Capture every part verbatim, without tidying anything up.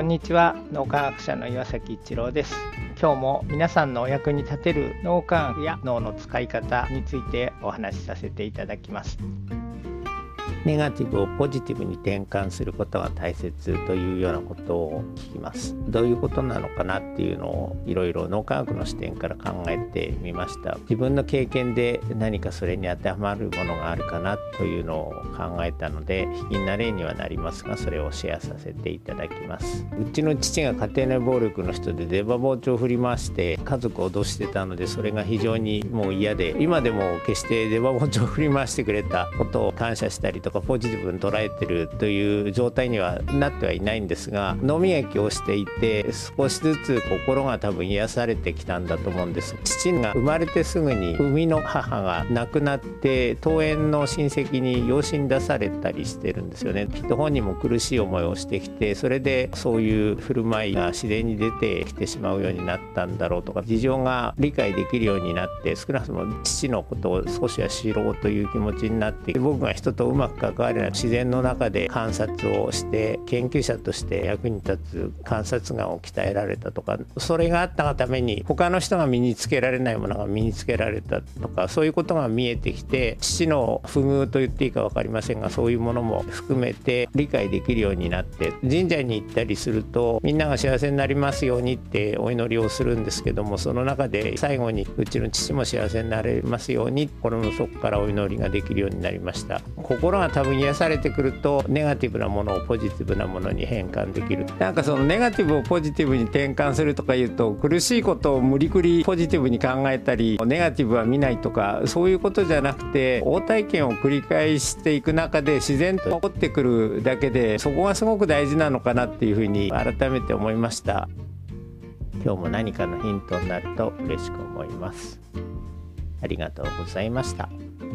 こんにちは。脳科学者の岩崎一郎です。今日も皆さんのお役に立てる脳科学や脳の使い方についてお話しさせていただきます。ネガティブをポジティブに転換することが大切というようなことを聞きます。どういうことなのかなっていうのをいろいろ脳科学の視点から考えてみました。自分の経験で何かそれに当てはまるものがあるかなというのを考えたので、卑近な例にはなりますがそれをシェアさせていただきます。うちの父が家庭内暴力の人で出刃包丁を振り回して家族を脅してたので、それが非常にもう嫌で、今でも決して出刃包丁を振り回してくれたことを感謝したりとかポジティブに捉えてるという状態にはなってはいないんですが、脳磨きをしていて少しずつ心が多分癒されてきたんだと思うんです。父が生まれてすぐに生みの母が亡くなって遠縁の親戚に養子に出されたりしてるんですよね。きっと本人も苦しい思いをしてきて、それでそういう振る舞いが自然に出てきてしまうようになったんだろうとか、事情が理解できるようになって、少なくとも父のことを少しは知ろうという気持ちになって、僕が人とうまく関われない自然の中で観察をして研究者として役に立つ観察眼を鍛えられたとか、それがあったがために他の人が身につけられないものが身につけられたとか、そういうことが見えてきて、父の不遇と言っていいか分かりませんが、そういうものも含めて理解できるようになって、神社に行ったりするとみんなが幸せになりますようにってお祈りをするんですけども、その中で最後にうちの父も幸せになれますように心の底からお祈りができるようになりました。心が多分癒されてくるとネガティブなものをポジティブなものに変換できる。なんかそのネガティブをポジティブに転換するとか言うと、苦しいことを無理くりポジティブに考えたりネガティブは見ないとか、そういうことじゃなくて、応体験を繰り返していく中で自然と起こってくるだけで、そこがすごく大事なのかなっていうふうに改めて思いました。今日も何かのヒントになると嬉しく思います。ありがとうございました。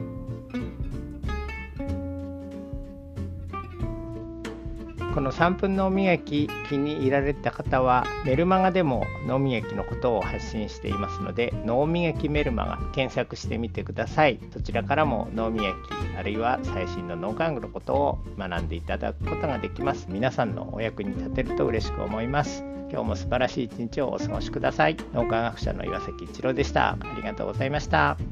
このさんぷん脳磨き気に入られた方は、メルマガでも脳磨きのことを発信していますので、脳磨きメルマガ検索してみてください。そちらからも脳磨きあるいは最新の脳科学のことを学んでいただくことができます。皆さんのお役に立てると嬉しく思います。今日も素晴らしい一日をお過ごしください。脳科学者の岩崎一郎でした。ありがとうございました。